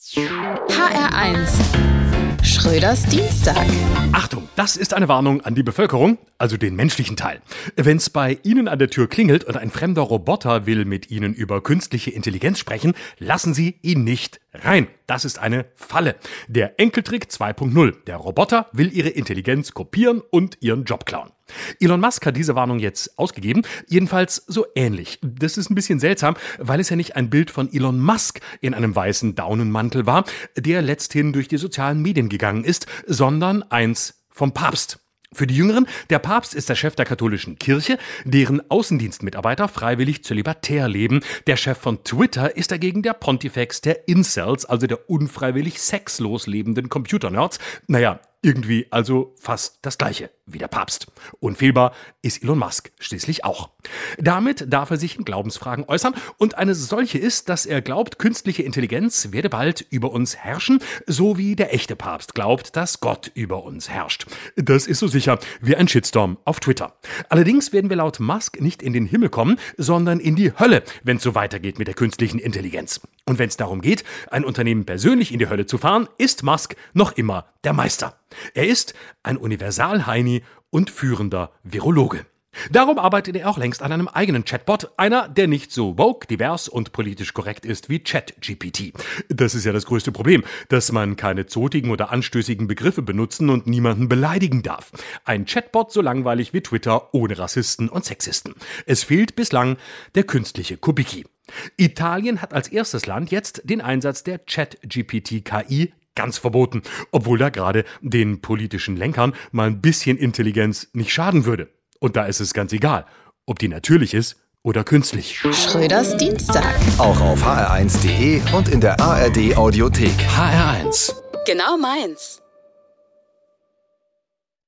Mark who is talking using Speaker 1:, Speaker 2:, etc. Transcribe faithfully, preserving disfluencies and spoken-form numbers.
Speaker 1: H R eins Schröders Dienstag.
Speaker 2: Achtung, das ist eine Warnung an die Bevölkerung, also den menschlichen Teil. Wenn's bei Ihnen an der Tür klingelt und ein fremder Roboter will mit Ihnen über künstliche Intelligenz sprechen, lassen Sie ihn nicht rein. Das ist eine Falle. Der Enkeltrick zwei Punkt null. Der Roboter will Ihre Intelligenz kopieren und Ihren Job klauen. Elon Musk hat diese Warnung jetzt ausgegeben, jedenfalls so ähnlich. Das ist ein bisschen seltsam, weil es ja nicht ein Bild von Elon Musk in einem weißen Daunenmantel war, der letzthin durch die sozialen Medien gegangen ist, sondern eins vom Papst. Für die Jüngeren, der Papst ist der Chef der katholischen Kirche, deren Außendienstmitarbeiter freiwillig zölibatär leben. Der Chef von Twitter ist dagegen der Pontifex der Incels, also der unfreiwillig sexlos lebenden Computernerds. Naja, irgendwie also fast das Gleiche wie der Papst. Unfehlbar ist Elon Musk schließlich auch. Damit darf er sich in Glaubensfragen äußern und eine solche ist, dass er glaubt, künstliche Intelligenz werde bald über uns herrschen, so wie der echte Papst glaubt, dass Gott über uns herrscht. Das ist so sicher wie ein Shitstorm auf Twitter. Allerdings werden wir laut Musk nicht in den Himmel kommen, sondern in die Hölle, wenn es so weitergeht mit der künstlichen Intelligenz. Und wenn es darum geht, ein Unternehmen persönlich in die Hölle zu fahren, ist Musk noch immer der Meister. Er ist ein Universalheini und führender Virologe. Darum arbeitet er auch längst an einem eigenen Chatbot, einer, der nicht so woke, divers und politisch korrekt ist wie ChatGPT. Das ist ja das größte Problem, dass man keine zotigen oder anstößigen Begriffe benutzen und niemanden beleidigen darf. Ein Chatbot so langweilig wie Twitter ohne Rassisten und Sexisten. Es fehlt bislang der künstliche Kubicki. Italien hat als erstes Land jetzt den Einsatz der ChatGPT-K I ganz verboten, obwohl da gerade den politischen Lenkern mal ein bisschen Intelligenz nicht schaden würde. Und da ist es ganz egal, ob die natürlich ist oder künstlich.
Speaker 1: Schröders Dienstag.
Speaker 3: Auch auf h r eins punkt d e und in der A R D Audiothek.
Speaker 2: H R eins.
Speaker 1: Genau meins.